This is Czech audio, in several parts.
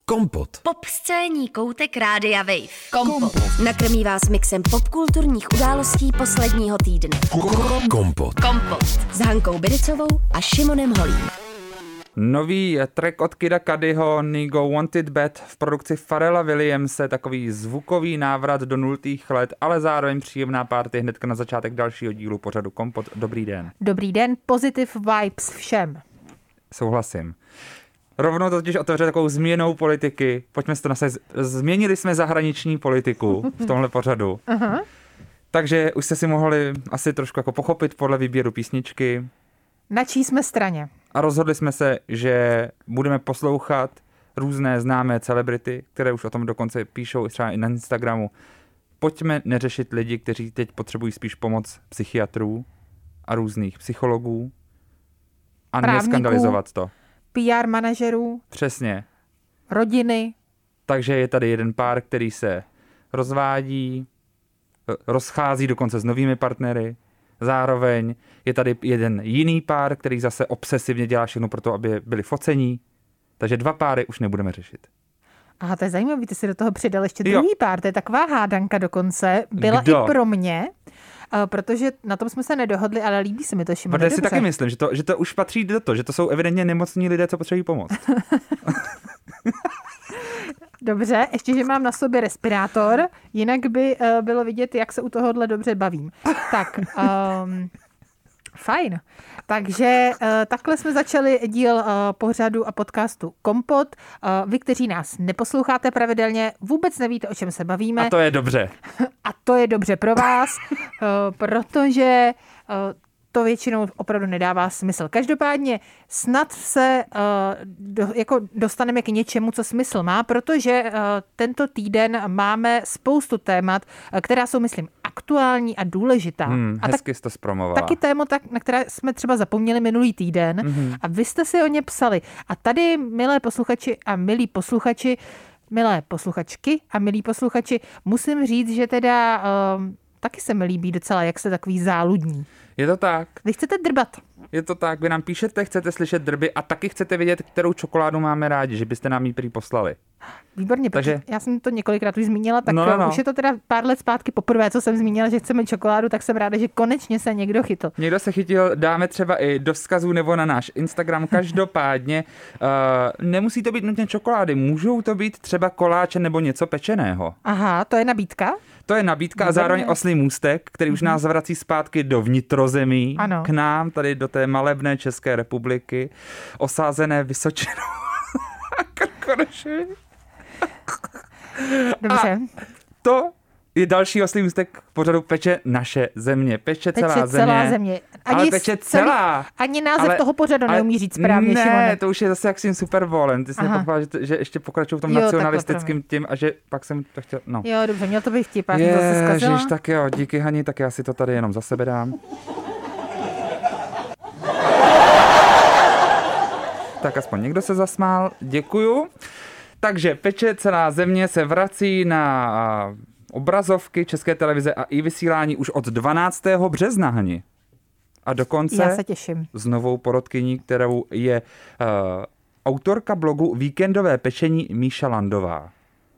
Kompot. Popscénní koutek Rádia Wave. Kompot. Nakrmí vás mixem popkulturních událostí posledního týdne. Kompot. S Hankou Biricovou a Šimonem Holím. Nový track od Kida Cudiho, Nigo Wanted Bad v produkci Pharrella Williamse, takový zvukový návrat do 0. let, ale zároveň příjemná party hnedka na začátek dalšího dílu pořadu Kompot. Dobrý den. Dobrý den, positive vibes všem. Souhlasím. Rovnou totiž otevře takovou změnou politiky. Pojďme si to nasadit. Změnili jsme zahraniční politiku v tomhle pořadu. Aha. Takže už jste si mohli asi trošku jako pochopit podle výběru písničky. Na čí jsme straně? A rozhodli jsme se, že budeme poslouchat různé známé celebrity, které už o tom dokonce píšou třeba i na Instagramu. Pojďme neřešit lidi, kteří teď potřebují spíš pomoc psychiatrů a různých psychologů a Právníků, neskandalizovat to. PR manažerů, Přesně. rodiny. Takže je tady jeden pár, který se rozvádí, rozchází dokonce s novými partnery. Zároveň je tady jeden jiný pár, který zase obsesivně dělá všechno pro to, aby byli focení. Takže dva páry už nebudeme řešit. Aha, to je zajímavé, ty si do toho přidal ještě druhý pár. To je taková hádanka dokonce. Byla Kdo? i pro mě, protože na tom jsme se nedohodli, ale líbí se mi to, Šimone. Protože si taky myslím, že to už patří do toho, že to jsou evidentně nemocní lidé, co potřebují pomoc. Dobře, ještě, že mám na sobě respirátor, jinak by bylo vidět, jak se u tohohle dobře bavím. Tak, fajn. Takže takhle jsme začali díl pořadu a podcastu Kompot. Vy, kteří nás neposloucháte pravidelně, vůbec nevíte, o čem se bavíme. A to je dobře. A to je dobře pro vás, protože to většinou opravdu nedává smysl. Každopádně snad se dostaneme k něčemu, co smysl má, protože tento týden máme spoustu témat, která jsou, myslím, aktuální a důležitá. Hezky jsi to zpromovala. Taky témata, na které jsme třeba zapomněli minulý týden a vy jste si o ně psali. A tady, milé posluchači a milí posluchači, milé posluchačky a milí posluchači, musím říct, že teda taky se mi líbí docela, jak jste takový záludní. Je to tak. Vy chcete drbat. Je to tak, vy nám píšete, chcete slyšet drby a taky chcete vědět, kterou čokoládu máme rádi, že byste nám ji prý poslali. Výborně, protože já jsem to několikrát už zmínila, tak No. už je to teda pár let zpátky poprvé, co jsem zmínila, že chceme čokoládu, tak jsem ráda, že konečně se někdo chytl. Někdo se chytil, dáme třeba i do vzkazů nebo na náš Instagram. Každopádně nemusí to být nutně čokolády, můžou to být třeba koláče nebo něco pečeného. Aha, to je nabídka? To je nabídka a zároveň oslý můstek, který už nás vrací zpátky do vnitrozemí, ano, k nám, tady do té malebné České republiky, osázené Vysočinou a Krkonoši. Dobře. A to je další oslý můstek k pořadu Peče naše země. Peče celá země. Ale peče celá. Ani název toho pořadu neumí říct správně, ne, Šimone. to už je zase jak s tím Super Bowlem. Ty jsi nepochopila, že ještě pokračuju v tom nacionalistickým tím a že pak jsem to chtěl, no. Jo, dobře, měl to být vtip, já jsem to zase zkazila. Ježiš, tak jo, díky Hani, tak já si to tady jenom za sebe dám. Tak aspoň někdo se zasmál, děkuju. Takže Peče celá země se vrací na obrazovky České televize a i vysílání už od 12. března, Hani. A dokonce Já se těším. S novou porodkyní, kterou je autorka blogu Víkendové pečení Míša Landová.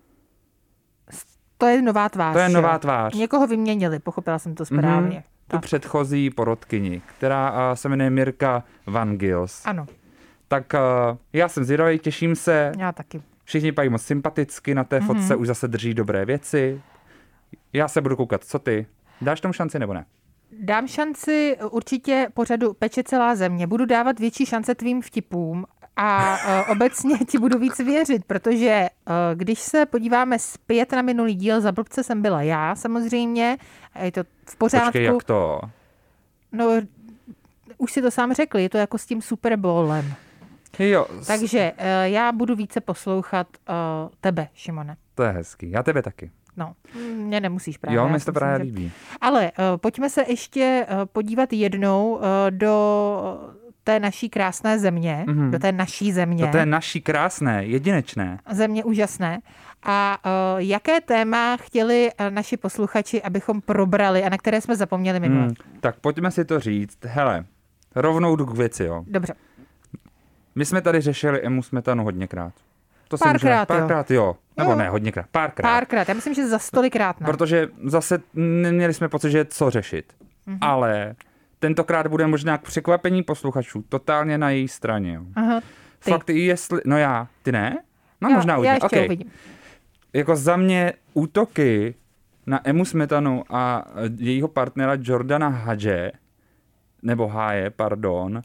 To je nová tvář. To je nová tvář. Někoho vyměnili, pochopila jsem to správně. Tu předchozí porodkyni, která se jmenuje Mirka Van Gils. Ano. Tak já jsem zvědavý, těším se. Já taky. Všichni pají moc sympaticky, na té fotce už zase drží dobré věci. Já se budu koukat, co ty? Dáš tomu šanci nebo ne? Dám šanci určitě pořadu Peče celá země. Budu dávat větší šance tvým vtipům a obecně ti budu víc věřit, protože když se podíváme zpět na minulý díl, za blbce jsem byla já samozřejmě, je to v pořádku. Počkej, jak to? No, už si to sám řekl, je to jako s tím Super Bowlem. Jo. Takže já budu více poslouchat tebe, Šimone. To je hezký, já tebe taky. No, mě nemusíš právě. Jo, mi se to právě líbí. Ale pojďme se ještě podívat jednou do té naší krásné země, do té naší země. Do té naší krásné, jedinečné. Země úžasné. A jaké téma chtěli naši posluchači, abychom probrali a na které jsme zapomněli minule? Tak pojďme si to říct. Hele, rovnou jdu k věci, jo. Dobře. My jsme tady řešili Emu Smetanu hodněkrát. To Párkrát, jo. Nebo ne, hodněkrát. Párkrát. Já myslím, že za stolikrát ne. Protože zase neměli jsme pocit, že je co řešit. Ale tentokrát bude možná k překvapení posluchačů totálně na její straně. Jo. Aha, ty. Fakt, jestli... No ty ne? No Jo, možná já ještě okay. uvidím. Jako za mě útoky na Emu Smetanu a jejího partnera Jordana Haje, nebo Haje, pardon,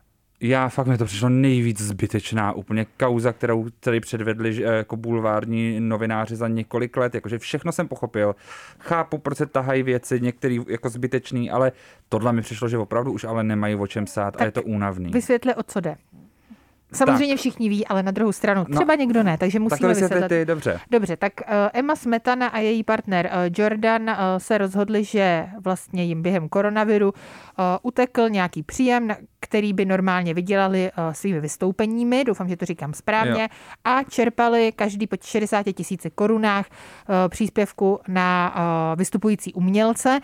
fakt mi to přišlo nejvíc zbytečná úplně kauza, kterou tady předvedli jako bulvární novináři za několik let, jakože všechno jsem pochopil, chápu, proč se tahají věci, některý jako zbytečný, ale tohle mi přišlo, že opravdu už ale nemají o čem sát tak a je to únavný. Vysvětli, o co jde. Samozřejmě všichni ví, ale na druhou stranu třeba někdo ne, takže musíme vysvětlit. Ty, dobře. Dobře, tak Emma Smetana a její partner Jordan se rozhodli, že vlastně jim během koronaviru utekl nějaký příjem, který by normálně vydělali svými vystoupeními, doufám, že to říkám správně, a čerpali každý po 60 000 korunách příspěvku na vystupující umělce,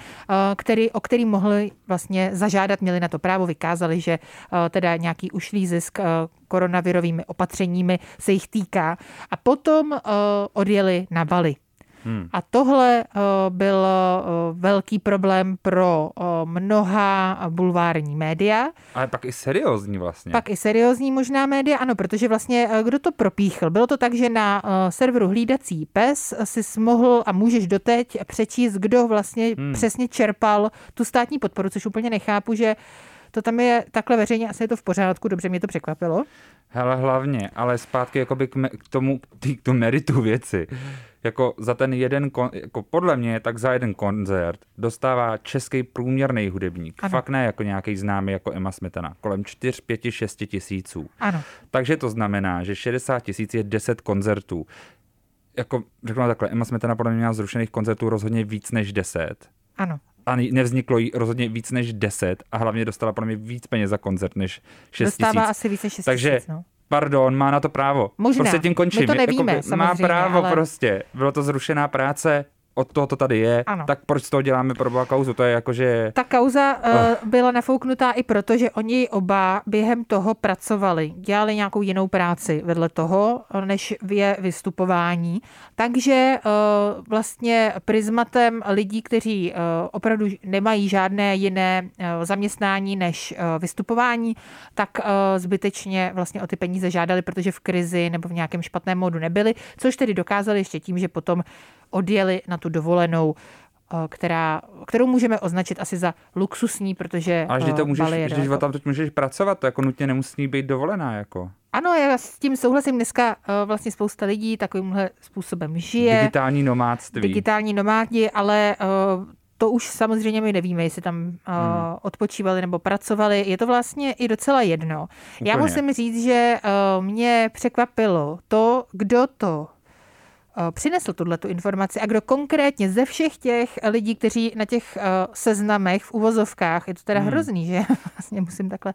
o který mohli vlastně zažádat, měli na to právo, vykázali, že teda nějaký ušlý zisk koronavirovými opatřeními se jich týká. A potom odjeli na Bali. A tohle byl velký problém pro mnoha bulvární média. Ale pak i seriózní vlastně. Pak i seriózní možná média, ano, protože vlastně kdo to propíchl? Bylo to tak, že na serveru Hlídací pes si mohl a můžeš doteď přečíst, kdo vlastně přesně čerpal tu státní podporu, což úplně nechápu, že to tam je takhle veřejně, asi je to v pořádku, dobře, mě to překvapilo. Hele, hlavně, ale zpátky jakoby k tomu meritu věci. Jako za ten jeden, jako podle mě, tak za jeden koncert dostává český průměrný hudebník. Ano. Fakt ne jako nějaký známý jako Emma Smetana. Kolem 4, 5, 6 tisíců. Ano. Takže to znamená, že 60 000 je 10 koncertů. Jako řeknu takhle, Emma Smetana podle mě měla zrušených koncertů rozhodně víc než 10. Ano. A nevzniklo jí rozhodně víc než 10 a hlavně dostala podle mě víc peněz za koncert než 6 000. Dostává asi víc než 6 000, Takže, pardon, má na to právo. Možná. Prostě tím končím. My to nevíme, jako, má právo ale... prostě. Bylo to zrušená práce, od toho to tady je, ano. Tak proč z toho děláme pro kauzu? To je jako, že... Ta kauza byla nafouknutá i proto, že oni oba během toho pracovali, dělali nějakou jinou práci vedle toho, než je vystupování. Takže vlastně prismatem lidí, kteří opravdu nemají žádné jiné zaměstnání než vystupování, tak zbytečně vlastně o ty peníze žádali, protože v krizi nebo v nějakém špatném módu nebyli, což tedy dokázali ještě tím, že potom odjeli na tu dovolenou, kterou můžeme označit asi za luxusní, protože ale když tam teď můžeš pracovat, to jako nutně nemusí být dovolená. Jako. Ano, já s tím souhlasím. Dneska vlastně spousta lidí takovýmhle způsobem žije. Digitální nomádství. Digitální nomádi, ale to už samozřejmě my nevíme, jestli tam odpočívali nebo pracovali. Je to vlastně i docela jedno. Úplně. Já musím říct, že mě překvapilo to, kdo to přinesl tuhletu informaci a kdo konkrétně ze všech těch lidí, kteří na těch seznamech v uvozovkách, je to teda hrozný, že vlastně musím takhle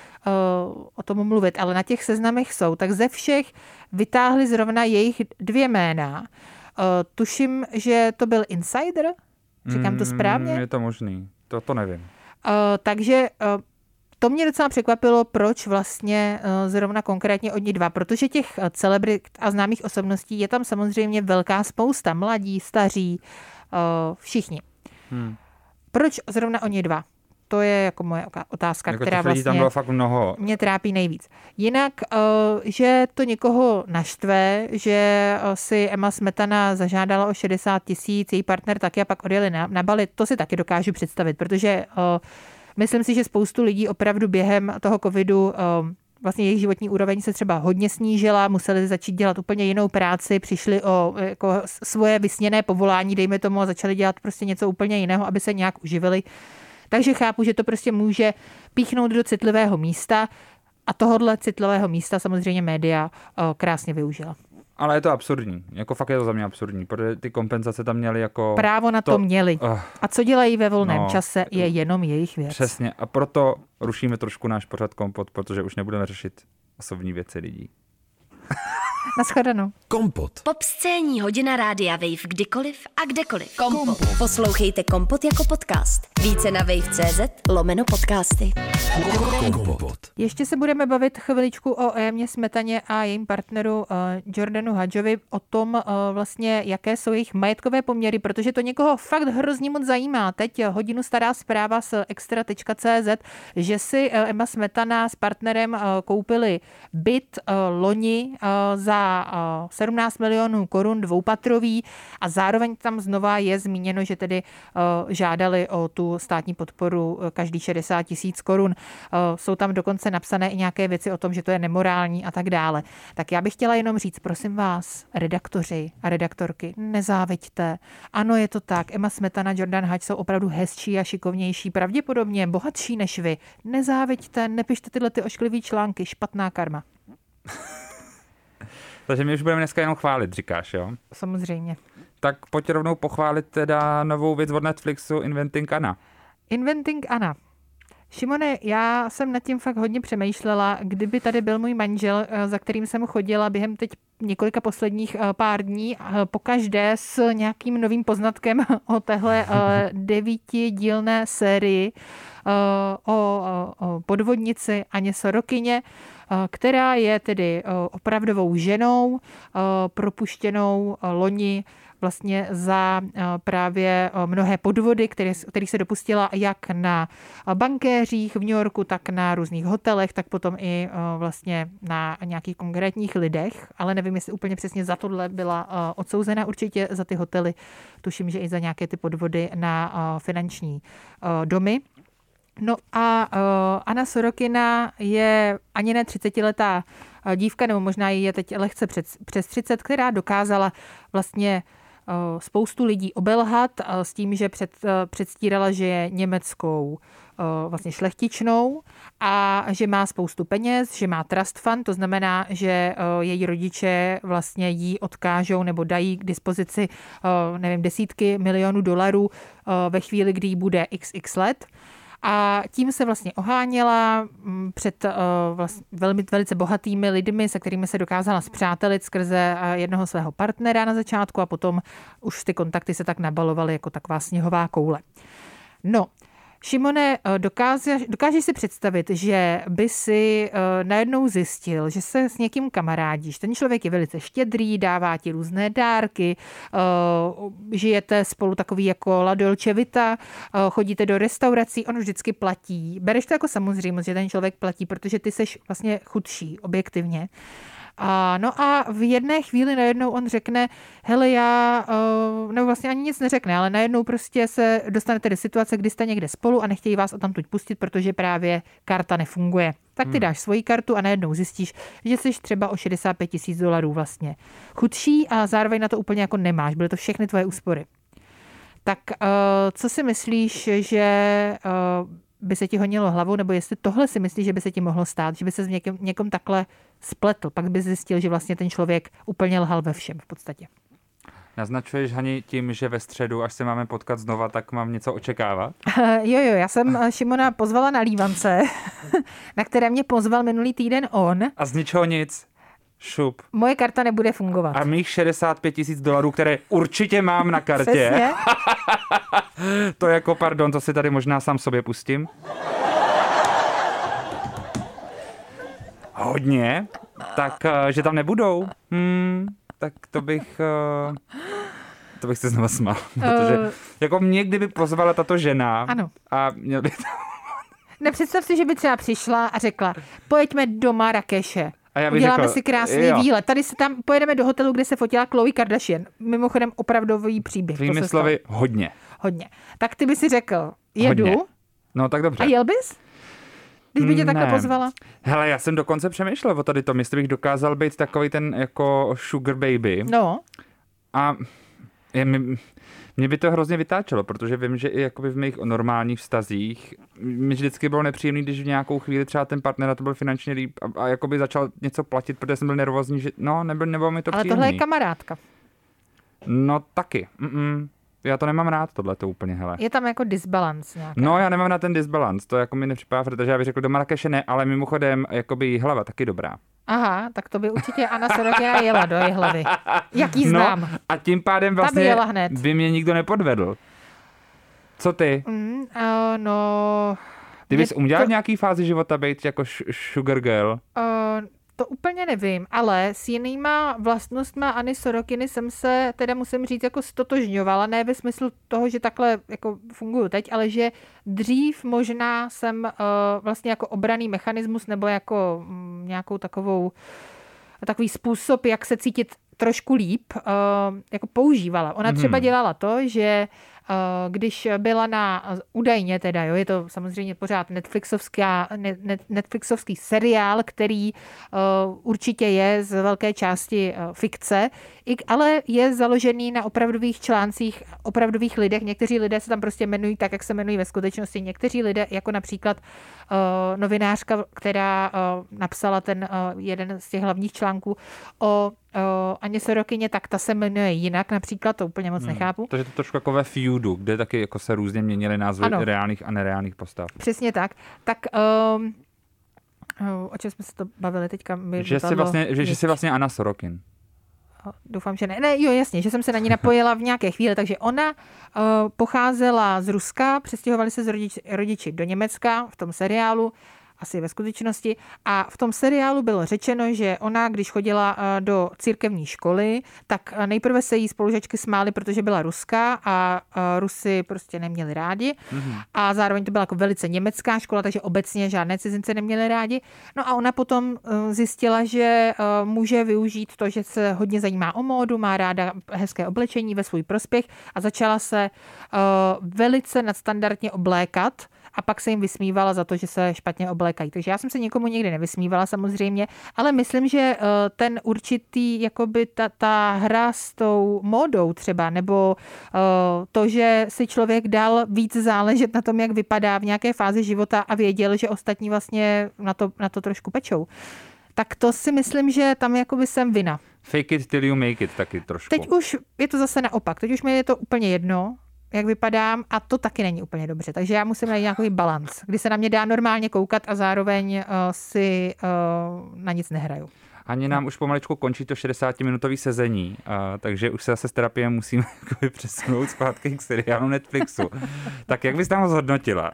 o tom mluvit, ale na těch seznamech jsou, tak ze všech vytáhli zrovna jejich 2 jména. Tuším, že to byl insider, říkám to správně? Je to možný, to nevím. Takže to mě docela překvapilo, proč vlastně zrovna konkrétně oni 2, protože těch celebrit a známých osobností je tam samozřejmě velká spousta, mladí, staří, všichni. Proč zrovna oni 2? To je jako moje otázka, jako která vlastně tam bylo fakt mnoho. Mě trápí nejvíc. Jinak, že to někoho naštve, že si Emma Smetana zažádala o 60 000, její partner taky a pak odjeli na Bali, to si taky dokážu představit, protože myslím si, že spoustu lidí opravdu během toho covidu vlastně jejich životní úroveň se třeba hodně snížila, museli začít dělat úplně jinou práci, přišli o jako svoje vysněné povolání, dejme tomu, a začali dělat prostě něco úplně jiného, aby se nějak uživili. Takže chápu, že to prostě může píchnout do citlivého místa a tohohle citlivého místa samozřejmě média krásně využila. Ale je to absurdní. Jako fakt je to za mě absurdní, protože ty kompenzace tam měly jako... Právo na to měli. A co dělají ve volném čase, je jenom jejich věc. Přesně. A proto rušíme trošku náš pořad Kompot, protože už nebudeme řešit osobní věci lidí. Naschledanou. Kompot. Popscénní hodina Rádia Wave kdykoliv a kdekoliv. Kompot. Poslouchejte Kompot jako podcast. Více na wave.cz/podcasty. Kompot. Ještě se budeme bavit chviličku o Émě Smetaně a jejím partneru Jordanu Hadžovi, o tom vlastně, jaké jsou jejich majetkové poměry, protože to někoho fakt hrozně moc zajímá. Teď hodinu stará zpráva z extra.cz, že si Emma Smetana s partnerem koupili byt loni za 17 milionů korun, dvoupatrový, a zároveň tam znova je zmíněno, že tedy žádali o tu státní podporu každý 60 tisíc korun. Jsou tam dokonce napsané i nějaké věci o tom, že to je nemorální a tak dále. Tak já bych chtěla jenom říct, prosím vás, redaktoři a redaktorky, nezáviďte. Ano, je to tak. Emma Smetana, Jordan Hadž jsou opravdu hezčí a šikovnější, pravděpodobně bohatší než vy. Nezáviďte, nepište tyhle ty ošklivý články, špatná karma. Takže my už budeme dneska jenom chválit, říkáš, jo? Samozřejmě. Tak pojď rovnou pochválit teda novou věc od Netflixu Inventing Anna. Inventing Anna. Šimone, já jsem nad tím fakt hodně přemýšlela, kdyby tady byl můj manžel, za kterým jsem chodila během teď několika posledních pár dní, pokaždé s nějakým novým poznatkem o téhle 9dílné sérii o podvodnici Aně Sorokině, která je tedy opravdovou ženou, propuštěnou loni vlastně za právě mnohé podvody, kterých se dopustila jak na bankéřích v New Yorku, tak na různých hotelech, tak potom i vlastně na nějakých konkrétních lidech, ale nevím, jestli úplně přesně za tohle byla odsouzena, určitě za ty hotely, tuším, že i za nějaké ty podvody na finanční domy. No a Anna Sorokina je ani ne 30letá dívka, nebo možná je teď lehce přes 30, která dokázala vlastně spoustu lidí obelhat s tím, že předstírala, že je německou vlastně šlechtičnou a že má spoustu peněz, že má trust fund, to znamená, že její rodiče vlastně jí odkážou nebo dají k dispozici, nevím, desítky milionů dolarů ve chvíli, kdy jí bude XX let. A tím se vlastně oháněla před velice bohatými lidmi, se kterými se dokázala spřátelit skrze jednoho svého partnera na začátku a potom už ty kontakty se tak nabalovaly jako taková sněhová koule. No, Šimone, dokážeš si představit, že by si najednou zjistil, že se s někým kamarádíš. Ten člověk je velice štědrý, dává ti různé dárky, žijete spolu takový jako la dolce vita, chodíte do restaurací, on vždycky platí. Bereš to jako samozřejmost, že ten člověk platí, protože ty seš vlastně chudší, objektivně. No a v jedné chvíli najednou on řekne, hele, nebo vlastně ani nic neřekne, ale najednou prostě se dostanete do situace, kdy jste někde spolu a nechtějí vás odtamtud pustit, protože právě karta nefunguje. Tak ty dáš svoji kartu a najednou zjistíš, že jsi třeba o 65 tisíc dolarů vlastně chudší a zároveň na to úplně jako nemáš. Byly to všechny tvoje úspory. Tak co si myslíš, že by se ti honilo hlavou, nebo jestli tohle si myslíš, že by se ti mohlo stát, že by se s někom takhle spletl, pak by zjistil, že vlastně ten člověk úplně lhal ve všem v podstatě. Naznačuješ, Hani, tím, že ve středu, až se máme potkat znova, tak mám něco očekávat? Jo, já jsem Šimona pozvala na lívance, na které mě pozval minulý týden on. A z ničeho nic. Šup. Moje karta nebude fungovat. A mých 65 tisíc dolarů, které určitě mám na kartě. Přesně. To jako, pardon, to si tady možná sám sobě pustím. Hodně. Tak, že tam nebudou. Tak to bych se znovu smál. Protože jako mě, kdyby pozvala tato žena. Ano. A měl by to... Nepředstav si, že by třeba přišla a řekla, pojďme do Marrakeše. Uděláme si krásný výlet. Tady se tam pojedeme do hotelu, kde se fotila Khloe Kardashian. Mimochodem opravdový příběh. Tvými slovy hodně. Hodně. Tak ty by si řekl, jedu. Hodně. No tak dobře. A jel bys? Když by tě takhle pozvala? Hele, já jsem dokonce přemýšlel o tady tom, jestli bych dokázal být takový ten jako sugar baby. No. A mě by to hrozně vytáčelo, protože vím, že i jakoby v mých normálních vztazích mi vždycky bylo nepříjemný, když v nějakou chvíli třeba ten partner to byl finančně líp a jakoby začal něco platit, protože jsem byl nervózní, že nebylo mi to příjemný. Ale tohle je kamarádka. No taky. Já to nemám rád, tohleto úplně, hele. Je tam jako disbalance nějaká. No, já nemám na ten disbalance, to jako mi nepřipadá, protože já bych řekl do Marrakeše ne, ale mimochodem, jakoby hlava taky dobrá. Aha, tak to by určitě Anna Sorokina jela do Jihlavy. Jak jí znám. No, a tím pádem vlastně by mě nikdo nepodvedl. Co ty? Ty bys uměla v nějaký fázi života být jako sugar girl? To úplně nevím, ale s jinýma vlastnostma Anny Sorokiny jsem se, teda musím říct, jako stotožňovala, ne ve smyslu toho, že takhle jako funguju teď, ale že dřív možná jsem vlastně jako obranný mechanismus nebo jako nějakou takový způsob, jak se cítit trošku líp, jako používala. Ona třeba dělala to, že když byla údajně teda, je to samozřejmě pořád Netflixovský seriál, který určitě je z velké části fikce, ale je založený na opravdových článcích, opravdových lidech. Někteří lidé se tam prostě jmenují tak, jak se jmenují ve skutečnosti. Někteří lidé, jako například novinářka, která napsala ten jeden z těch hlavních článků o Aně Sorokině, tak ta se jmenuje jinak, například, to úplně moc nechápu. Takže to trošku jako ve feudu, kde taky jako se různě měnily názvy reálných a nereálných postav. Přesně tak. Tak o čem jsme se to bavili teďka? Že jsi vlastně Anna Sorokin. Doufám, že ne. Jo, jasně, že jsem se na ní napojila v nějaké chvíli. Takže ona pocházela z Ruska, přestěhovali se z rodiči do Německa v tom seriálu, asi ve skutečnosti. A v tom seriálu bylo řečeno, že ona, když chodila do církevní školy, tak nejprve se jí spolužačky smály, protože byla ruská a Rusy prostě neměli rádi. A zároveň to byla jako velice německá škola, takže obecně žádné cizince neměli rádi. No a ona potom zjistila, že může využít to, že se hodně zajímá o módu, má ráda hezké oblečení ve svůj prospěch a začala se velice nadstandardně oblékat. A pak se jim vysmívala za to, že se špatně oblékají. Takže já jsem se nikomu nikdy nevysmívala samozřejmě, ale myslím, že ten určitý, jakoby ta hra s tou módou třeba, nebo to, že si člověk dal víc záležet na tom, jak vypadá v nějaké fázi života a věděl, že ostatní vlastně na to trošku pečou. Tak to si myslím, že tam jakoby jsem vina. Fake it till you make it taky trošku. Teď už je to zase naopak. Teď už mi je to úplně jedno, jak vypadám, a to taky není úplně dobře. Takže já musím najít nějaký balans, kdy se na mě dá normálně koukat a zároveň si na nic nehraju. Ani nám už pomaličku končí to 60-minutový sezení, takže už se zase z terapie musíme přesunout zpátky k seriálu Netflixu. Tak jak bys tam ho zhodnotila?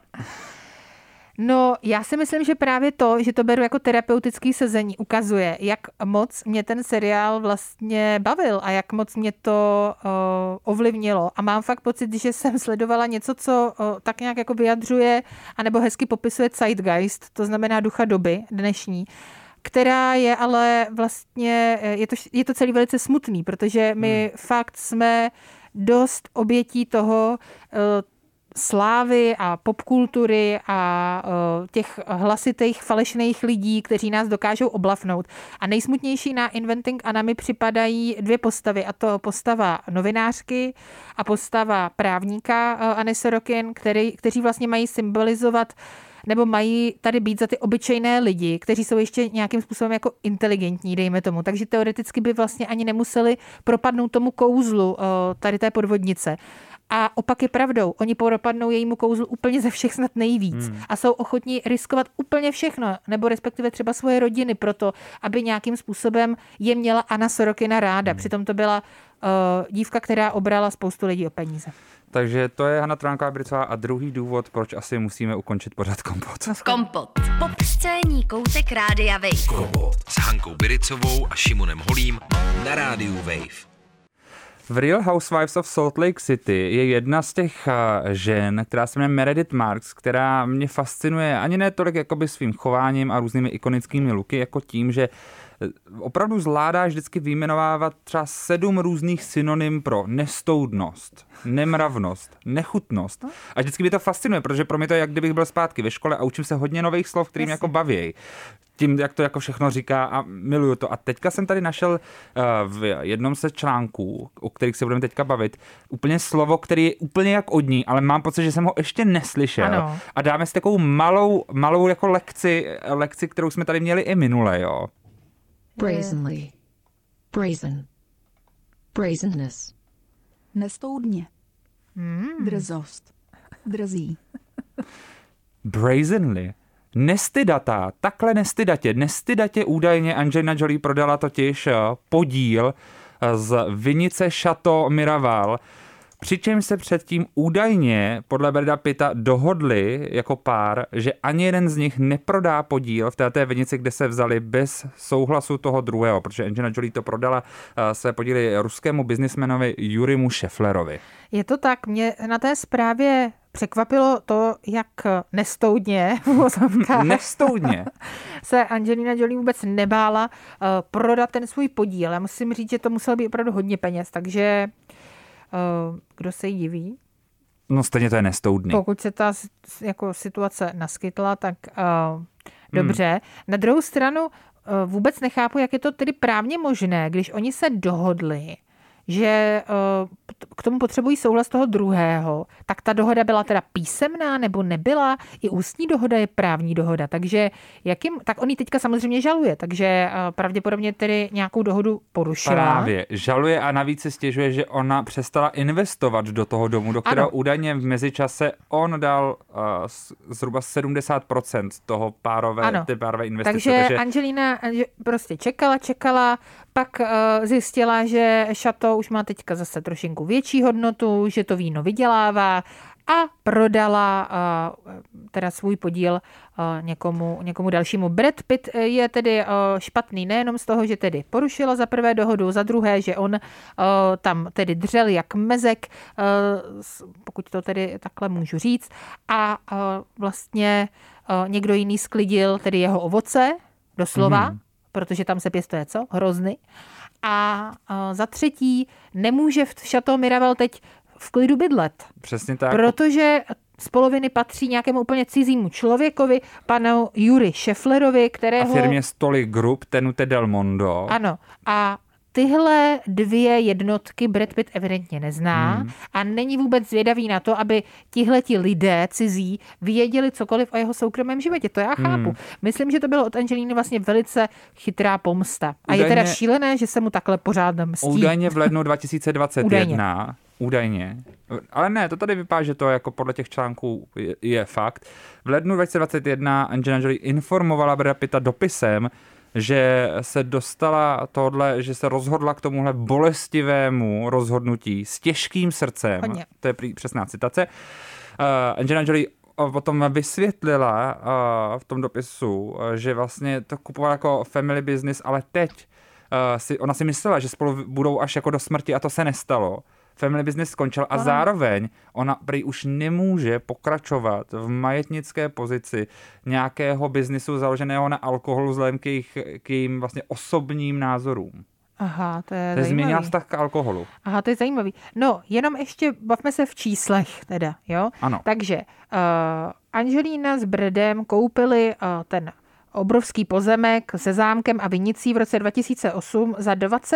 No, já si myslím, že právě to, že to beru jako terapeutický sezení, ukazuje, jak moc mě ten seriál vlastně bavil a jak moc mě to ovlivnilo. A mám fakt pocit, že jsem sledovala něco, co tak nějak jako vyjadřuje anebo hezky popisuje zeitgeist, to znamená ducha doby dnešní, která je ale vlastně, je to celý velice smutný, protože my fakt jsme dost obětí toho, slávy a popkultury a těch hlasitých falešných lidí, kteří nás dokážou oblafnout. A nejsmutnější na Inventing Anna mi připadají dvě postavy, a to postava novinářky a postava právníka Anny Sorokin, kteří vlastně mají symbolizovat nebo mají tady být za ty obyčejné lidi, kteří jsou ještě nějakým způsobem jako inteligentní, dejme tomu. Takže teoreticky by vlastně ani nemuseli propadnout tomu kouzlu tady té podvodnice. A opak je pravdou. Oni propadnou jejímu kouzlu úplně ze všech snad nejvíc. A jsou ochotní riskovat úplně všechno, nebo respektive třeba svoje rodiny proto, aby nějakým způsobem je měla Anna Sorokina ráda. Přitom to byla dívka, která obrala spoustu lidí o peníze. Takže to je Hana Tránková-Bricová a druhý důvod, proč asi musíme ukončit pořad Kompot. Kompot. Popscénní koutek Rádia Wave. Kompot s Hankou Biricovou a Šimonem Holím na Rádiu Wave. V Real Housewives of Salt Lake City je jedna z těch žen, která se jmenuje Meredith Marks, která mě fascinuje ani ne tolik jakoby svým chováním a různými ikonickými looky, jako tím, že opravdu zvládá vždycky vyjmenovávat třeba 7 různých synonym pro nestoudnost, nemravnost, nechutnost. A vždycky mě to fascinuje, protože pro mě to je, jak kdybych byl zpátky ve škole a učím se hodně nových slov, kterým jako baví. Tím, jak to jako všechno říká a miluju to. A teďka jsem tady našel v jednom ze článků, o kterých se budeme teďka bavit, úplně slovo, který je úplně jak od ní, ale mám pocit, že jsem ho ještě neslyšel. Ano. A dáme si takovou malou jako lekci, kterou jsme tady měli i minule, jo. Brazenly. Brazen. Brazenness. Nestoudně. Drzost. Drzí. Brazenly. takhle nestydatě údajně Angelina Jolie prodala totiž podíl z vinice Chateau Miraval, přičemž se předtím údajně podle Brada Pitta dohodli jako pár, že ani jeden z nich neprodá podíl v této vinici, kde se vzali bez souhlasu toho druhého, protože Angelina Jolie to prodala své podíly ruskému biznismenovi Jurimu Šeflerovi. Je to tak, mě na té zprávě překvapilo to, jak nestoudně se Angelina Jolie vůbec nebála prodat ten svůj podíl. Já musím říct, že to muselo být opravdu hodně peněz, takže kdo se jí diví? No stejně to je nestoudný. Pokud se ta jako situace naskytla, tak dobře. Na druhou stranu vůbec nechápu, jak je to tedy právně možné, když oni se dohodli, že k tomu potřebují souhlas toho druhého, tak ta dohoda byla teda písemná nebo nebyla? I ústní dohoda je právní dohoda, takže tak on ji teďka samozřejmě žaluje, takže pravděpodobně tedy nějakou dohodu porušila. Právě, žaluje a navíc si stěžuje, že ona přestala investovat do toho domu, do kterého údajně v mezičase on dal zhruba 70% toho té párové investice. Takže Angelina prostě čekala, pak zjistila, že Chateau už má teďka zase trošinku větší hodnotu, že to víno vydělává a prodala teda svůj podíl někomu dalšímu. Brad Pitt je tedy špatný nejenom z toho, že tedy porušila za prvé dohodu, za druhé, že on tam tedy dřel jak mezek, pokud to tedy takhle můžu říct, a vlastně někdo jiný sklidil tedy jeho ovoce, doslova, protože tam se pěstuje co? Hrozny. A za třetí, nemůže v Chateau Miraval teď v klidu bydlet. Přesně tak. Protože z poloviny patří nějakému úplně cizímu člověkovi, panu Juri Šeflerovi, kterého... A firmě Stoli Group, Tenute del Mondo. Ano. A tyhle dvě jednotky Brad Pitt evidentně nezná a není vůbec zvědavý na to, aby tihleti lidé cizí věděli cokoliv o jeho soukromém životě. To já chápu. Myslím, že to bylo od Angeliny vlastně velice chytrá pomsta. A je teda šílené, že se mu takhle pořád mstí. Údajně v lednu 2021. Údajně. Ale ne, to tady vypadá, že to jako podle těch článků je fakt. V lednu 2021 Angelina Jolie informovala Brada Pitta dopisem, že se dostala tohle, že se rozhodla k tomuhle bolestivému rozhodnutí s těžkým srdcem. Hodně. To je přesná citace. Angelina Jolie potom vysvětlila v tom dopisu, že vlastně to kupovala jako family business, ale teď ona si myslela, že spolu budou až jako do smrti a to se nestalo. Family business skončil a zároveň ona prý už nemůže pokračovat v majetnické pozici nějakého biznisu založeného na alkoholu vzhledem k jejím vlastně osobním názorům. Aha, to je zajímavý. Změnila vztah k alkoholu. Aha, to je zajímavý. No, jenom ještě bavme se v číslech teda, jo? Ano. Takže Angelina s Bradem koupili ten obrovský pozemek se zámkem a vinicí v roce 2008 za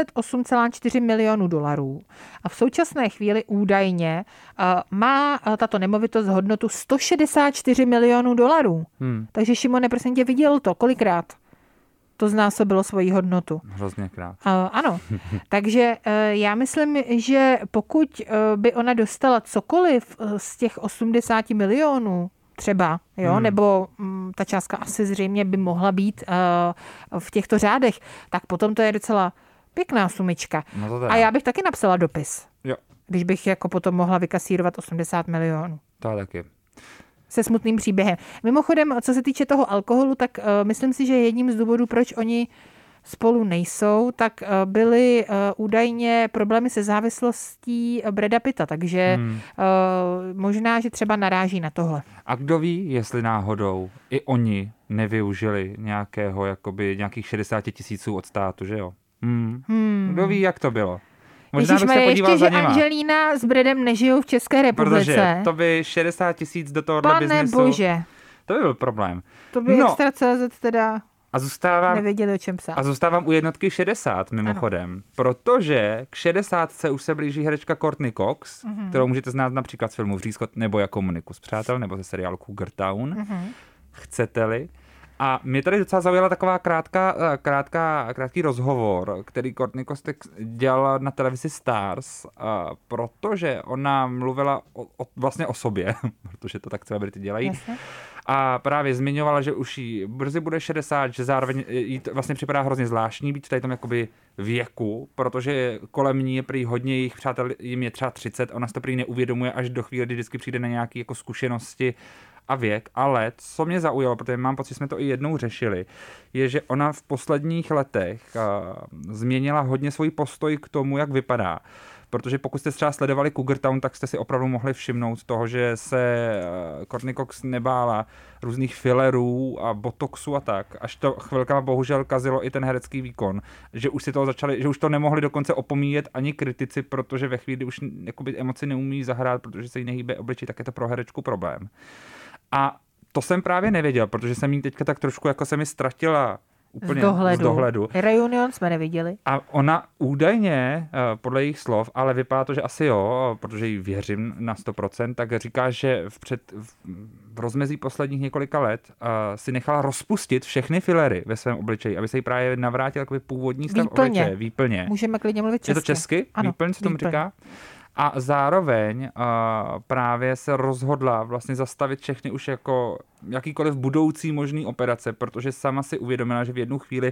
$28,4 milionů. A v současné chvíli údajně má tato nemovitost hodnotu $164 milionů. Takže Šimone, prosím tě, viděl to kolikrát? To znásobilo svoji hodnotu. Hrozně krát. Ano, takže já myslím, že pokud by ona dostala cokoliv z těch 80 milionů, třeba, jo, nebo ta částka asi zřejmě by mohla být v těchto řádech, tak potom to je docela pěkná sumička. No a já bych taky napsala dopis, jo. Když bych jako potom mohla vykasírovat 80 milionů. To taky. Se smutným příběhem. Mimochodem, co se týče toho alkoholu, tak myslím si, že jedním z důvodů, proč oni spolu nejsou, tak byly údajně problémy se závislostí Brada Pitta, takže možná, že třeba naráží na tohle. A kdo ví, jestli náhodou i oni nevyužili nějakých 60 000 od státu, že jo? Kdo ví, jak to bylo? Možná bych se podíval za nima. Ještě, že Angelina s Bradem nežijou v České republice. Protože to by 60 000 do tohohle biznesu. Pane bože. To by byl problém. To by Extra.cz teda nevěděli, o čem psát. A zůstávám u jednotky 60 mimochodem, protože k 60 už se blíží herečka Courtney Cox, kterou můžete znát například z filmu Vřízkot nebo jako Moniku z Přátel, nebo ze seriálu Cougar Town. Chcete-li. A mě tady docela zaujala taková krátký rozhovor, který Courtney Cox dělala na televizi Stars, protože ona mluvila vlastně o sobě, protože to tak celebrity dělají. Jasně. a právě zmiňovala, že už jí brzy bude 60, že zároveň jí to vlastně připadá hrozně zvláštní být v tady tom jakoby věku, protože kolem ní je prý hodně jejich přátel, jim je třeba 30, ona si to prý neuvědomuje až do chvíle, kdy vždycky přijde na nějaké jako zkušenosti a věk, ale co mě zaujalo, protože mám pocit, že jsme to i jednou řešili, je, že ona v posledních letech změnila hodně svůj postoj k tomu, jak vypadá. Protože pokud jste třeba sledovali Cougar Town, tak jste si opravdu mohli všimnout toho, že se Courtney Cox nebála různých fillerů a botoxu a tak, až to chvilkama bohužel kazilo i ten herecký výkon, že už si toho začali, že už to nemohli dokonce opomíjet ani kritici, protože ve chvíli už jakoby emoci neumí zahrát, protože se jí nehýbe obličej, tak je to pro herečku problém. A to jsem právě nevěděl, protože jsem jí teďka tak trošku jako se mi ztratila úplně z dohledu. Reunion jsme neviděli. A ona údajně, podle jejich slov, ale vypadá to, že asi jo, protože jí věřím na 100%, tak říká, že v rozmezí posledních několika let si nechala rozpustit všechny filery ve svém obličeji, aby se jí právě navrátil takový původní stav obličeje. Výplně. Můžeme klidně mluvit česky. Je to česky? Ano, Výplň se tomu říká? A zároveň právě se rozhodla vlastně zastavit všechny už jako jakýkoliv budoucí možný operace, protože sama si uvědomila, že v jednu chvíli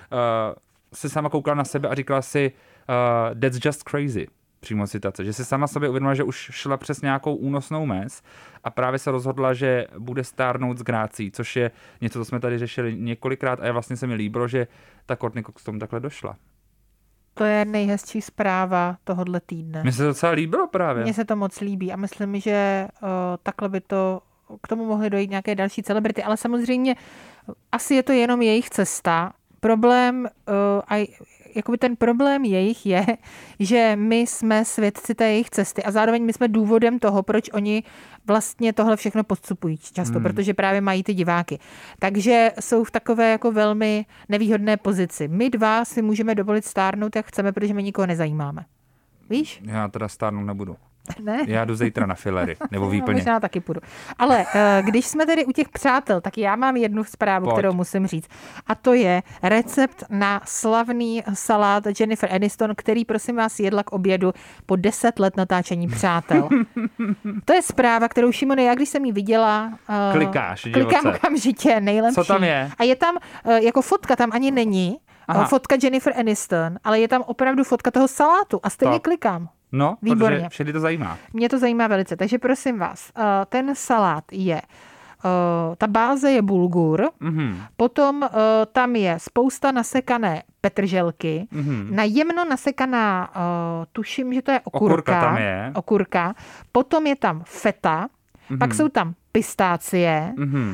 se sama koukala na sebe a říkala si that's just crazy, přímo citace, že si sama sobě uvědomila, že už šla přes nějakou únosnou mez a právě se rozhodla, že bude stárnout s grácí, což je něco, co jsme tady řešili několikrát a vlastně se mi líbilo, že ta Courtney Cox k tomu takhle došla. To je nejhezčí zpráva tohohle týdne. Mně se to docela líbilo právě. Mně se to moc líbí a myslím, že takhle by to k tomu mohly dojít nějaké další celebrity, ale samozřejmě asi je to jenom jejich cesta. Problém jakoby ten problém jejich je, že my jsme svědci té jejich cesty a zároveň my jsme důvodem toho, proč oni vlastně tohle všechno podstupují často, protože právě mají ty diváky. Takže jsou v takové jako velmi nevýhodné pozici. My dva si můžeme dovolit stárnout, jak chceme, protože my nikoho nezajímáme. Víš? Já teda stárnout nebudu. Ne? Já jdu zítra na filery, nebo výplně. No, možná taky půjdu. Ale když jsme tedy u těch přátel, tak já mám jednu zprávu, kterou musím říct. A to je recept na slavný salát Jennifer Aniston, který, prosím vás, jedla k obědu po 10 let natáčení Přátel. To je zpráva, kterou, Šimone, já když jsem ji viděla... Klikám okamžitě, nejlepší. Co tam je? A je tam, jako fotka tam ani není, fotka Jennifer Aniston, ale je tam opravdu fotka toho salátu a stejně klikám. No, výborně. Protože všechny to zajímá. Mě to zajímá velice, takže prosím vás, ten salát je, ta báze je bulgur, potom tam je spousta nasekané petrželky, na jemno nasekaná, tuším, že to je okurka. Tam je. Okurka. Potom je tam feta, pak jsou tam pistácie,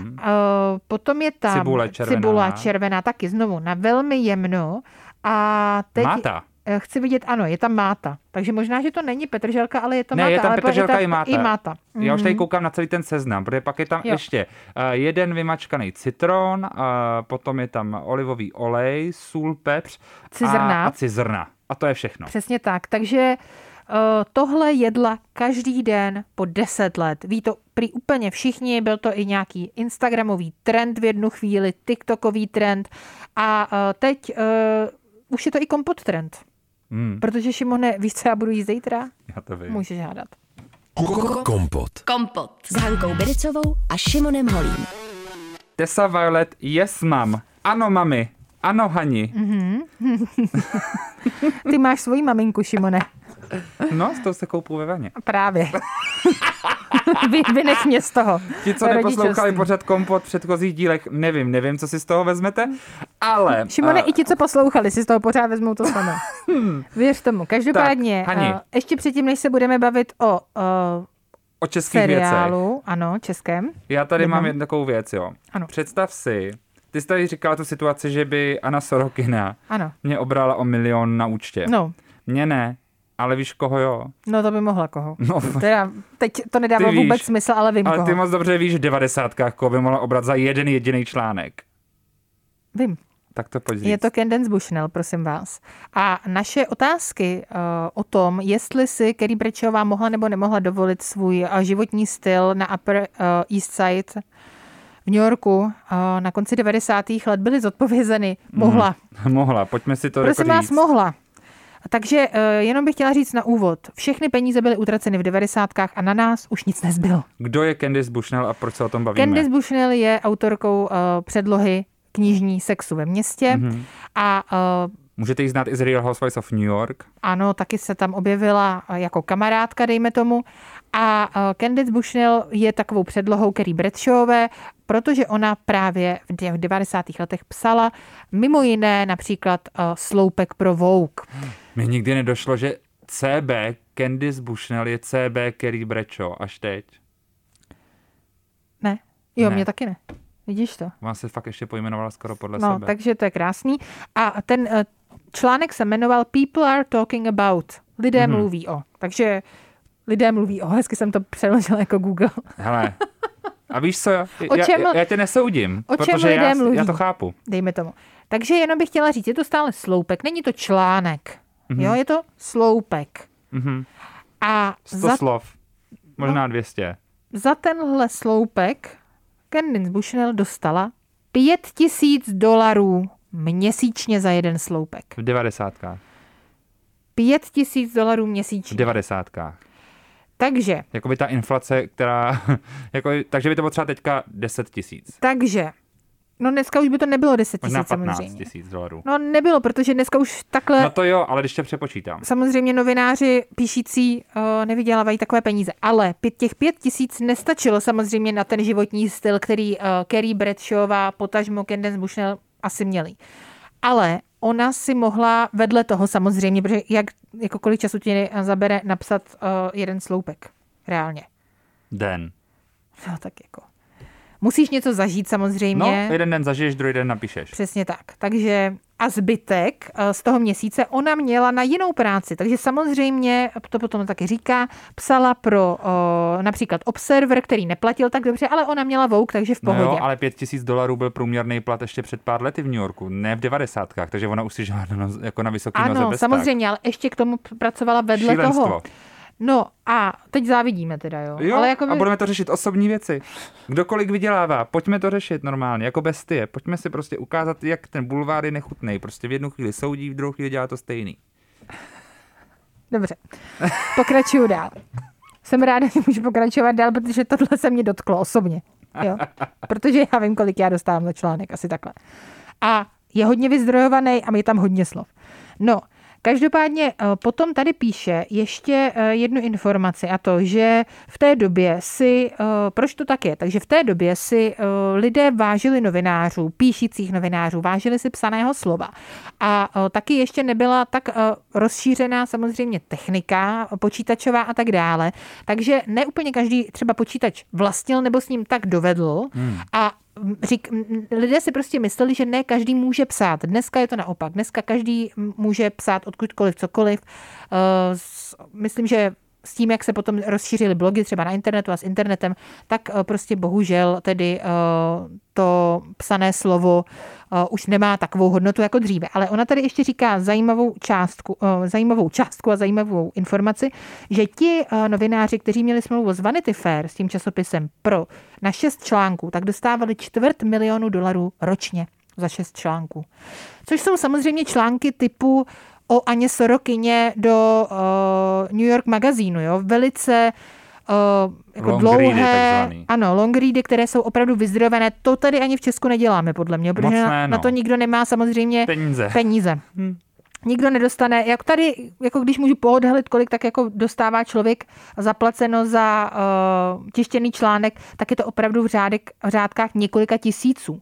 potom je tam cibule červená, taky znovu na velmi jemno. A teď... Máta. Chci vidět, ano, je tam máta. Takže možná, že to není petrželka, ale je to máta. Ne, je tam petrželka i máta. Já už tady koukám na celý ten seznam, protože pak je tam ještě jeden vymačkaný citron, potom je tam olivový olej, sůl, pepř a cizrna. A to je všechno. Přesně tak. Takže tohle jedla každý den po 10 let. Ví to prý úplně všichni, byl to i nějaký instagramový trend v jednu chvíli, tiktokový trend a teď už je to i kompot trend. Protože, Šimone, víš, co já budu jíst zítra? Já to vím. Můžeš hádat. Kompot. S Hankou Bericovou a Šimonem Holím. Tessa Violet, yes, mam. Ano, mami. Ano, Hani. Ty máš svoji maminku, Šimone. No, s tou se koupou ve vaně. Právě. Vynech mě z toho. Ti, co neposlouchali pořad Kompot v předchozích dílech, nevím, co si z toho vezmete, ale... Šimone, i ti, co poslouchali, si z toho pořád vezmou to samé. Věř tomu. Každopádně, ještě předtím, než se budeme bavit o českých seriálu, věcech. Ano, českém. Já tady mám jednu takovou věc, jo. Ano. Představ si, ty jsi tady říkala tu situaci, že by Anna Sorokina mě obrala o 1 milion na účtě. No. Mně ne. Ale víš, koho jo? No to by mohla koho. No. Teda, teď to nedává vůbec smysl, ale vím ale koho. Ale ty moc dobře víš, v 90kách koho by mohla obrat za jeden jediný článek. Vím. Tak to pojď říct. Je to Candace Bushnell, prosím vás. A naše otázky o tom, jestli si Carrie Bradshaw mohla nebo nemohla dovolit svůj životní styl na Upper East Side v New Yorku na konci 90. let, byly zodpovězeny. Mohla. Mohla, pojďme si to prosím vás, mohla. Takže jenom bych chtěla říct na úvod. Všechny peníze byly utraceny v 90kách a na nás už nic nezbylo. Kdo je Candice Bushnell a proč se o tom bavíme? Candice Bushnell je autorkou předlohy knižní Sexu ve městě a můžete ji znát i z Real Housewives of New York. Ano, taky se tam objevila jako kamarádka, dejme tomu. A Candice Bushnell je takovou předlohou Carrie Bradshawové, protože ona právě v 90. letech psala mimo jiné například sloupek pro Vogue. Mně nikdy nedošlo, že CB Candice Bushnell je CB Carrie Bradshaw až teď. Ne, jo, Ne. Mě taky ne. Vidíš to? Vám se fakt ještě pojmenovala skoro podle No, sebe. takže to je krásný. A ten článek se jmenoval People are talking about. Lidé mluví o. Takže lidé mluví o. Hezky jsem to přeložila jako Google. Hele, a víš co, O čem- já tě nesoudím, o čem protože lidé mluví? já to chápu. Dejme tomu. Takže jenom bych chtěla říct, je to stále sloupek, není to článek. Jo, je to sloupek. A 100 slov, možná 200. za tenhle sloupek Candice Bushnell dostala $5,000 měsíčně za jeden sloupek. V 90kách. $5,000 V měsíčně. 90kách. Takže Jakoby ta inflace, která... takže by to bylo třeba teďka 10 000. No dneska už by to nebylo 10 Možná 000 15 samozřejmě. $000. No nebylo, protože dneska už takhle No to jo, ale když tě přepočítám. samozřejmě novináři píšící nevydělávají takové peníze. Ale těch 5 000 nestačilo samozřejmě na ten životní styl, který Carrie Bradshawová, potažmo Candice Bushnell asi měli. Ale ona si mohla vedle toho samozřejmě, protože jako kolik času ti zabere napsat jeden sloupek. Reálně. Den. No tak jako. Musíš něco zažít samozřejmě. No, jeden den zažiješ, druhý den napíšeš. Přesně tak. Takže a zbytek z toho měsíce ona měla na jinou práci. Takže samozřejmě, to potom taky říká, psala pro například Observer, který neplatil tak dobře, ale ona měla Vogue, takže v pohodě. No jo, ale $5,000 byl průměrný plat ještě před pár lety v New Yorku, ne v 90kách, takže ona už si žádala jako na vysoký noze Ano, bez samozřejmě, ale ještě k tomu pracovala vedle Šílenstvo. toho. No a teď závidíme teda, jo. Jo, Ale jako a budeme to řešit osobní věci. Kdo kolik vydělává, pojďme to řešit normálně, jako bestie. Pojďme si prostě ukázat, jak ten bulvár je nechutnej. Prostě v jednu chvíli soudí, v druhou chvíli dělá to stejný. Dobře, pokračuju dál. Jsem ráda, že můžu pokračovat dál, protože tohle se mě dotklo osobně. Jo? Protože já vím, kolik já dostávám za článek, asi takhle. A je hodně vyzdrojovaný a je tam hodně slov. No, každopádně potom tady píše ještě jednu informaci a to, že v té době si, proč to tak je, takže v té době si lidé vážili novinářů, píšících novinářů, vážili si psaného slova. A taky ještě nebyla tak rozšířená samozřejmě technika počítačová a tak dále, takže ne úplně každý třeba počítač vlastnil nebo s ním tak dovedl a lidé si prostě mysleli, že ne každý může psát. Dneska je to naopak. Dneska každý může psát odkudkoliv, cokoliv. Myslím, že s tím, jak se potom rozšířily blogy třeba na internetu a s internetem, tak prostě bohužel tedy to psané slovo už nemá takovou hodnotu jako dříve. Ale ona tady ještě říká zajímavou částku a zajímavou informaci, že ti novináři, kteří měli smlouvu s Vanity Fair, s tím časopisem na 6 článků, tak dostávali $250,000 ročně za 6 článků. Což jsou samozřejmě články typu o Aně Sorokině do New York magazínu, jo, velice jako Long dlouhé, takzvaný. ano, long ready, které jsou opravdu vyzdrojované. To tady ani v Česku neděláme, podle mě, protože na to nikdo nemá samozřejmě peníze. Nikdo nedostane, jak tady, jako když můžu poodhalit, kolik tak jako dostává člověk zaplaceno za tištěný článek, tak je to opravdu v řádkách několika tisíců.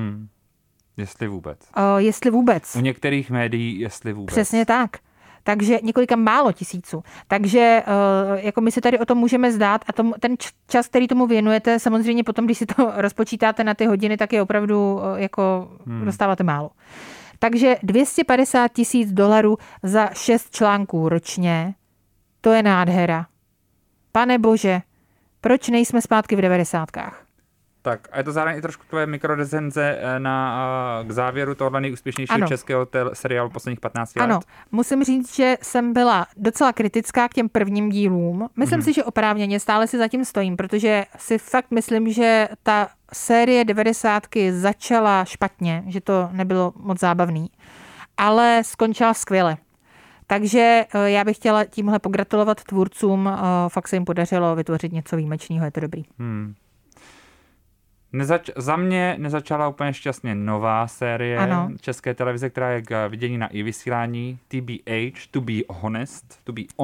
Jestli vůbec. U některých médií, jestli vůbec. Přesně tak. Takže několika málo tisíců. Takže jako my si tady o tom můžeme zdát a ten čas, který tomu věnujete, samozřejmě potom, když si to rozpočítáte na ty hodiny, tak je opravdu jako dostáváte málo. Takže $250,000 za 6 článků ročně, to je nádhera. Pane bože, proč nejsme zpátky v 90kách? Tak a je to zároveň i trošku tvoje mikrorecenze k závěru tohohle nejúspěšnějšího českého seriálu posledních 15 let. Ano, musím říct, že jsem byla docela kritická k těm prvním dílům. Myslím si, že oprávněně stále si zatím stojím, protože si fakt myslím, že ta série 90ky začala špatně, že to nebylo moc zábavný, ale skončila skvěle. Takže já bych chtěla tímhle pogratulovat tvůrcům, fakt se jim podařilo vytvořit něco výjimečného, je to dobrý. Za mě nezačala úplně šťastně nová série české televize, která je k vidění na iVysílání, TBH, To Be Honest.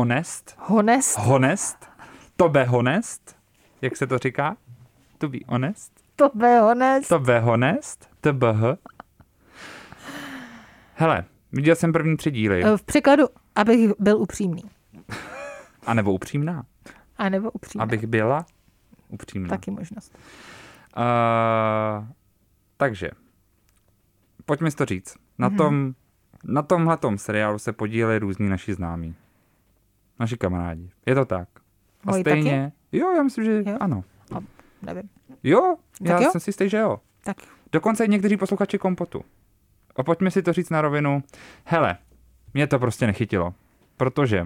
To Be Honest, jak se to říká? To Be Honest. To Be Honest. Hele, viděl jsem první 3 díly. V překladu, abych byl upřímný. A nebo upřímná. Abych byla upřímná. Taky možnost. Takže, pojďme si to říct. Na tomhletom seriálu se podíleli různí naši známí. Naši kamarádi. Je to tak. A Moji stejně... Taky? Jo, já myslím, že jo? Ano. Nevím. Jo, já jo? jsem si jistý, že jo. Tak. Dokonce i někteří posluchači Kompotu. A pojďme si to říct na rovinu. Hele, mě to prostě nechytilo. Protože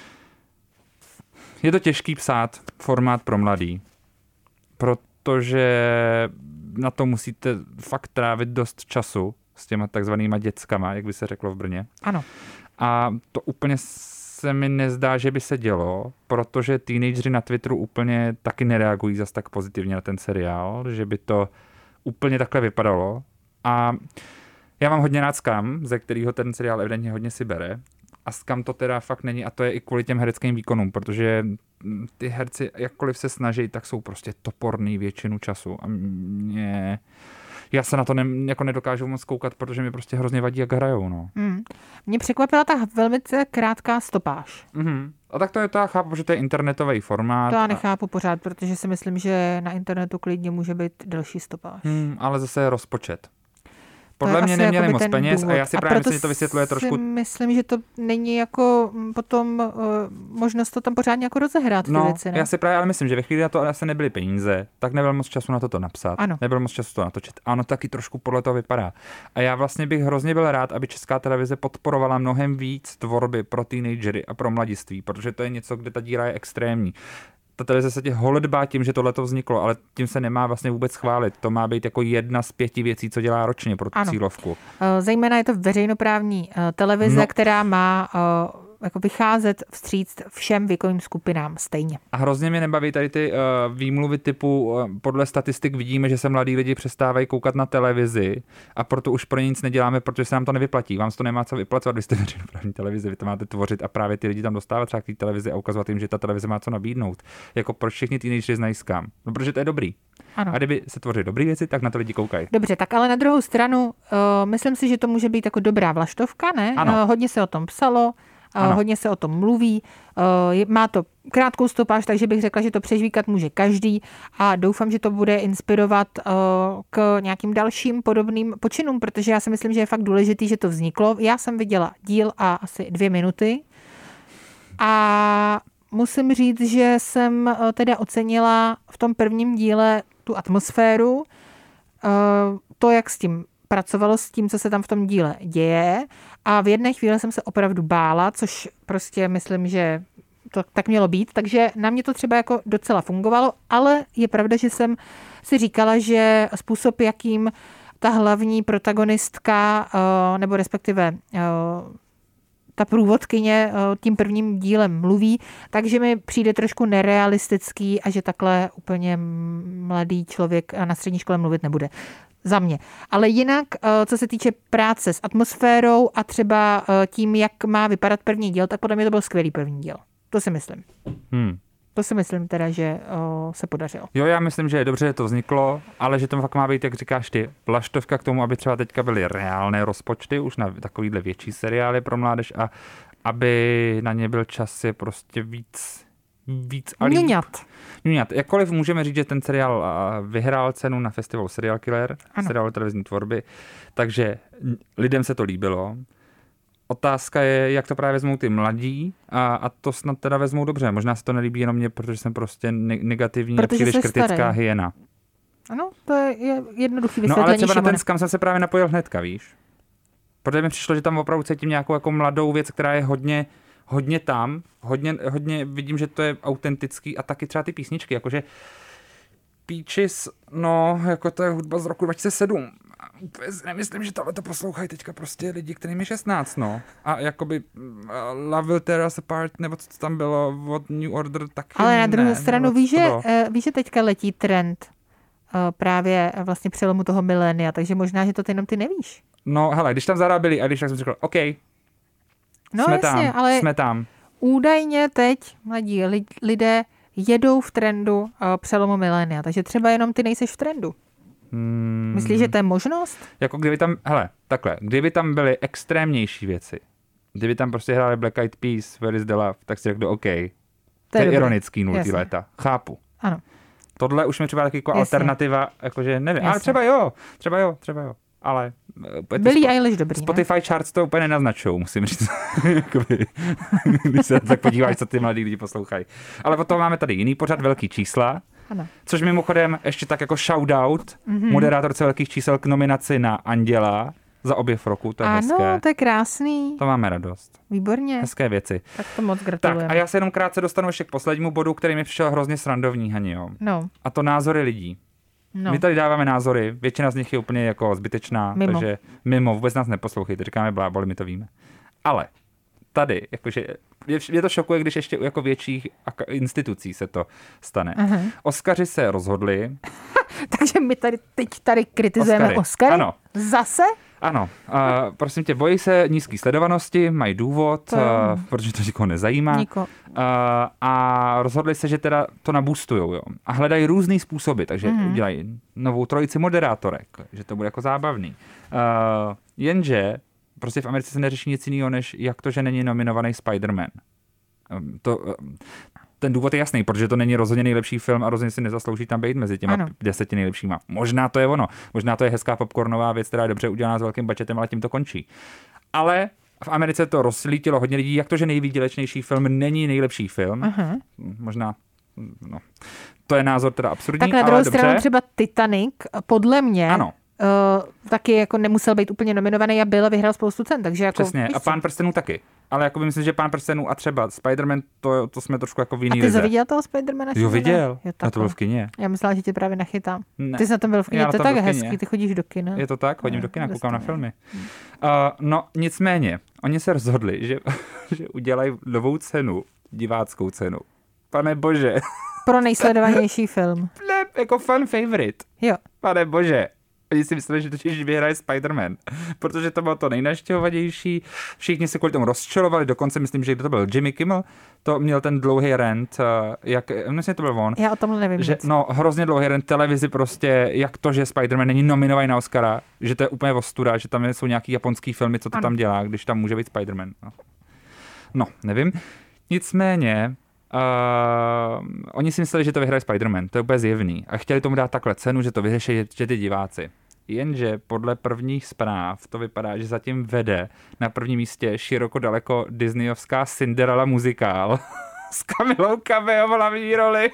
je to těžký psát formát pro mladý. Protože na to musíte fakt trávit dost času s těma takzvanýma dětskama, jak by se řeklo v Brně. Ano. A to úplně se mi nezdá, že by se dělo, protože teenageři na Twitteru úplně taky nereagují zas tak pozitivně na ten seriál, že by to úplně takhle vypadalo. A já mám hodně rád Skam, ze kterého ten seriál evidentně hodně si bere. A Skam to teda fakt není, a to je i kvůli těm hereckým výkonům, protože ty herci, jakkoliv se snaží, tak jsou prostě toporný většinu času. A já se na to jako nedokážu moc koukat, protože mi prostě hrozně vadí, jak hrajou. No. Mě překvapila ta velmi krátká stopáž. A tak to já chápu, že to je internetový formát. To já nechápu pořád, protože si myslím, že na internetu klidně může být delší stopáž. Ale zase je rozpočet. Podle mě neměli moc peněz důvod. A já si právě myslím, že to vysvětluje trošku. Myslím, že to není jako potom možnost to tam pořádně jako rozehrát ty věci. Ne? Já si právě ale myslím, že ve chvíli na to asi nebyly peníze, tak nebyl moc času na to napsat. Ano. Nebyl moc času to natočit. A ono taky trošku podle toho vypadá. A já vlastně bych hrozně byl rád, aby Česká televize podporovala mnohem víc tvorby pro teenagery a pro mladiství, protože to je něco, kde ta díra je extrémní. Ta televize se holedbá tím, že tohleto vzniklo, ale tím se nemá vlastně vůbec chválit. To má být jako 1 z 5 věcí, co dělá ročně pro tu cílovku. Zejména je to veřejnoprávní televize, která má jako vycházet vstříc všem věkovým skupinám stejně. A hrozně mě nebaví tady ty výmluvy typu, podle statistik vidíme, že se mladí lidi přestávají koukat na televizi a proto už pro ně nic neděláme, protože se nám to nevyplatí. Vám se to nemá co vyplacovat, vy jste veřejnoprávní televizi, vy to máte tvořit a právě ty lidi tam dostávat třeba k té televizi a ukazovat jim, že ta televize má co nabídnout. Jako proč všichni teenageři znají Skam? No, protože to je dobrý. Ano. A kdyby se tvořily dobré věci, tak na to lidi koukají. Dobře, tak ale na druhou stranu, myslím si, že to může být jako dobrá vlaštovka, ne? Ano. Hodně se o tom psalo. Hodně se o tom mluví, má to krátkou stopáž, takže bych řekla, že to přežvíkat může každý a doufám, že to bude inspirovat k nějakým dalším podobným počinům, protože já si myslím, že je fakt důležitý, že to vzniklo. Já jsem viděla díl a asi 2 minuty a musím říct, že jsem teda ocenila v tom prvním díle tu atmosféru, to, jak s tím pracovalo, s tím, co se tam v tom díle děje a v jedné chvíli jsem se opravdu bála, což prostě myslím, že to tak mělo být, takže na mě to třeba jako docela fungovalo, ale je pravda, že jsem si říkala, že způsob, jakým ta hlavní protagonistka, nebo respektive ta průvodkyně tím prvním dílem mluví, takže mi přijde trošku nerealistický a že takhle úplně mladý člověk na střední škole mluvit nebude. Za mě. Ale jinak, co se týče práce s atmosférou a třeba tím, jak má vypadat první díl, tak podle mě to byl skvělý první díl. To si myslím. To si myslím teda, že se podařilo. Jo, já myslím, že je dobře, že to vzniklo, ale že to fakt má být, jak říkáš ty, vlaštovka k tomu, aby třeba teďka byly reálné rozpočty už na takovýhle větší seriály pro mládež a aby na ně byl čas je prostě víc a líp. Ňuňat. Jakkoliv můžeme říct, že ten seriál vyhrál cenu na festivalu Serial Killer, seriál televizní tvorby, takže lidem se to líbilo. Otázka je, jak to právě vezmou ty mladí a to snad teda vezmou dobře. Možná se to nelíbí jenom mě, protože jsem prostě negativní a příliš kritická hyena. Ano, to je jednoduchý vysvětlení. No ale třeba na ten Skam jsem se právě napojil hnedka, víš? Protože mi přišlo, že tam opravdu cítím nějakou jako mladou věc, která je hodně tam, hodně vidím, že to je autentický a taky třeba ty písničky, jakože Peaches, no, jako to je hudba z roku 2007. nemyslím, že tohle to poslouchají teďka prostě lidi, kterým je 16, no. A jakoby Love Will Tear Us Apart, nebo co tam bylo od New Order, taky Ale na druhou stranu víš, že že teďka letí trend právě vlastně přelomu toho milénia, takže možná, že to jenom ty nevíš. No hele, když tam zarábili a když tak jsem řekl, OK, no, jsme jasně, tam, ale jsme tam. Údajně teď mladí lidé jedou v trendu přelomu milénia, takže třeba jenom ty nejseš v trendu. Myslíš, že to je možnost? Jako kdyby tam, hele, takhle, kdyby tam byly extrémnější věci, kdyby tam prostě hráli Black Eyed Peas, Where is the Love, tak si řeknu, OK, to je ironický 0. léta, chápu. Ano. Tohle už mi třeba taky jako alternativa, jakože nevím, ale třeba jo, ale Billie Eilish dobrý, Spotify charts to úplně nenaznačují, musím říct. Když se tak podíváš, co ty mladí lidi poslouchají. Ale potom máme tady jiný pořad, velký čísla, ano. Což mimochodem ještě tak jako shoutout moderátorce velkých čísel k nominaci na Anděla za objev roku, to je hezké. Ano, to je krásný. To máme radost. Výborně. Hezké věci. Tak to moc gratulujeme. Tak a já se jenom krátce dostanu ještě k poslednímu bodu, který mi přišel hrozně srandovní, Hanio. No. A to názory lidí. No. My tady dáváme názory, většina z nich je úplně jako zbytečná, takže mimo, vůbec nás neposlouchejte, říkáme bláboli, my to víme. Ale tady, jakože, mě to šokuje, když ještě u jako větších institucí se to stane. Oscaři se rozhodli. Takže my teď kritizujeme Oscary? Ano. Zase? Ano, prosím tě, bojí se nízký sledovanosti, mají důvod, protože to nikoho nezajímá. A rozhodli se, že teda to naboostujou, jo. A hledají různý způsoby, takže udělají novou trojici moderátorek, že to bude jako zábavný. Jenže prostě v Americe se neřeší nic jiného, než jak to, že není nominovaný Spider-Man. Ten důvod je jasný, protože to není rozhodně nejlepší film a rozhodně si nezaslouží tam být mezi těma 10 nejlepšíma. Možná to je ono. Možná to je hezká popcornová věc, která je dobře udělaná s velkým budgetem, ale tím to končí. Ale v Americe to rozlítilo hodně lidí, jak to, že nejvýdělečnější film není nejlepší film. Možná, no, to je názor teda absurdní, tak na druhou stranu třeba Titanic, podle mě, ano. Taky jako nemusel být úplně nominovaný a byl a vyhrál spoustu cen, takže jako... Přesně, a Pán prstenů taky. Ale jako myslím, že Pán prstenů a třeba Spider-Man, to jsme trošku jako v jiný lize. A ty jsi viděl toho Spider-mana? Jo, viděl. Já to byl v kině. Já myslela, že tě právě nachytám. Ne. Ty jsi na tom byl v kině, to je tak hezký, ty chodíš do kina. Je to tak, chodím do kina, koukám na filmy. No, nicméně, oni se rozhodli, že udělají novou cenu, diváckou cenu. Pane bože. Pro nejsledovanější film. Ne, jako fan favorite. Jo. Pane bože. Oni si mysleli, že totiž vyhraje Spider-Man, protože to bylo to nejnaštěvovanější. Všichni se kvůli tomu rozčilovali, dokonce myslím, že kdo to byl, Jimmy Kimmel, to měl ten dlouhý rant, myslím, to byl on. Já o tom nevím nic. No, hrozně dlouhý rant televizi prostě, jak to, že Spider-Man není nominovaný na Oscara, že to je úplně ostuda, že tam jsou nějaký japonský filmy, co to tam dělá, když tam může být Spider-Man. No, nevím. Nicméně, oni si mysleli, že to vyhraje Spider-Man, to je úplně zjevný. A chtěli tomu dát takhle cenu, že to vyřeší, že ty diváci. Jenže podle prvních zpráv to vypadá, že zatím vede na prvním místě široko daleko disneyovská Cinderella muzikál s Camilou Cabello v hlavní roli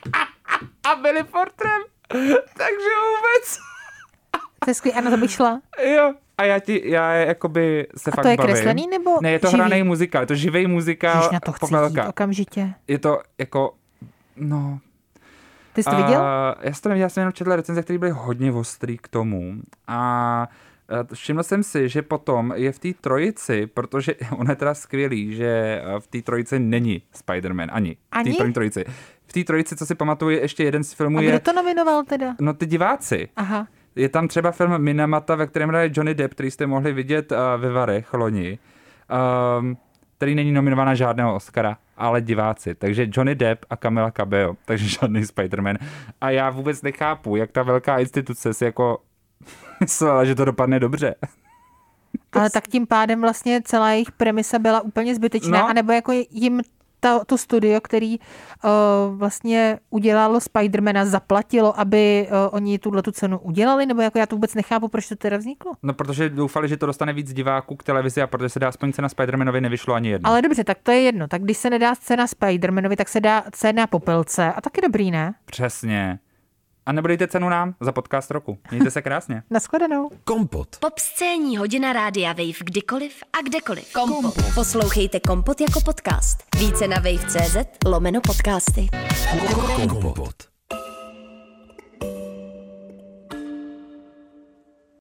a Billy Porterem. Takže vůbec. To je skvělý, a na to bych šla. Jo. A já jakoby se fakt bavím. A to je kreslený nebo ne, je to živý? hraný muzikál, je to živý muzikál. Když na to chci jít okamžitě. Je to jako, no... Ty jsi to viděl? Já jsem to neviděl, já jsem jenom četl recenze, které byly hodně ostrý k tomu. A všiml jsem si, že potom je v té trojici, protože ono je teda skvělý, že v té trojici není Spider-Man, ani? V té první trojici. V té trojici, co si pamatuju, ještě jeden z filmů je... A kdo to nominoval teda? No ty diváci. Aha. Je tam třeba film Minamata, ve kterém hraje Johnny Depp, který jste mohli vidět ve Varech loni, který není nominován na žádného Oscara, ale diváci. Takže Johnny Depp a Camila Cabello, takže žádný Spider-Man. A já vůbec nechápu, jak ta velká instituce si jako myslela, že to dopadne dobře. Ale tak tím pádem vlastně celá jejich premisa byla úplně zbytečná, anebo jako jim to studio, který vlastně udělalo Spidermana, zaplatilo, aby oni tu cenu udělali, nebo jako já to vůbec nechápu, proč to teda vzniklo? No, protože doufali, že to dostane víc diváků k televizi a protože se dá aspoň cena Spidermanovi, nevyšlo ani jedno. Ale dobře, tak to je jedno. Tak když se nedá cena Spidermanovi, tak se dá cena Popelce a taky dobrý, ne? Přesně. A nebo dejte cenu nám za podcast roku. Mějte se krásně. Nashledanou. Kompot. Popscénní hodina Rádia Wave kdykoliv a kdekoliv. Kompot. Poslouchejte Kompot jako podcast. Více na wave.cz/podcasty. Kompot.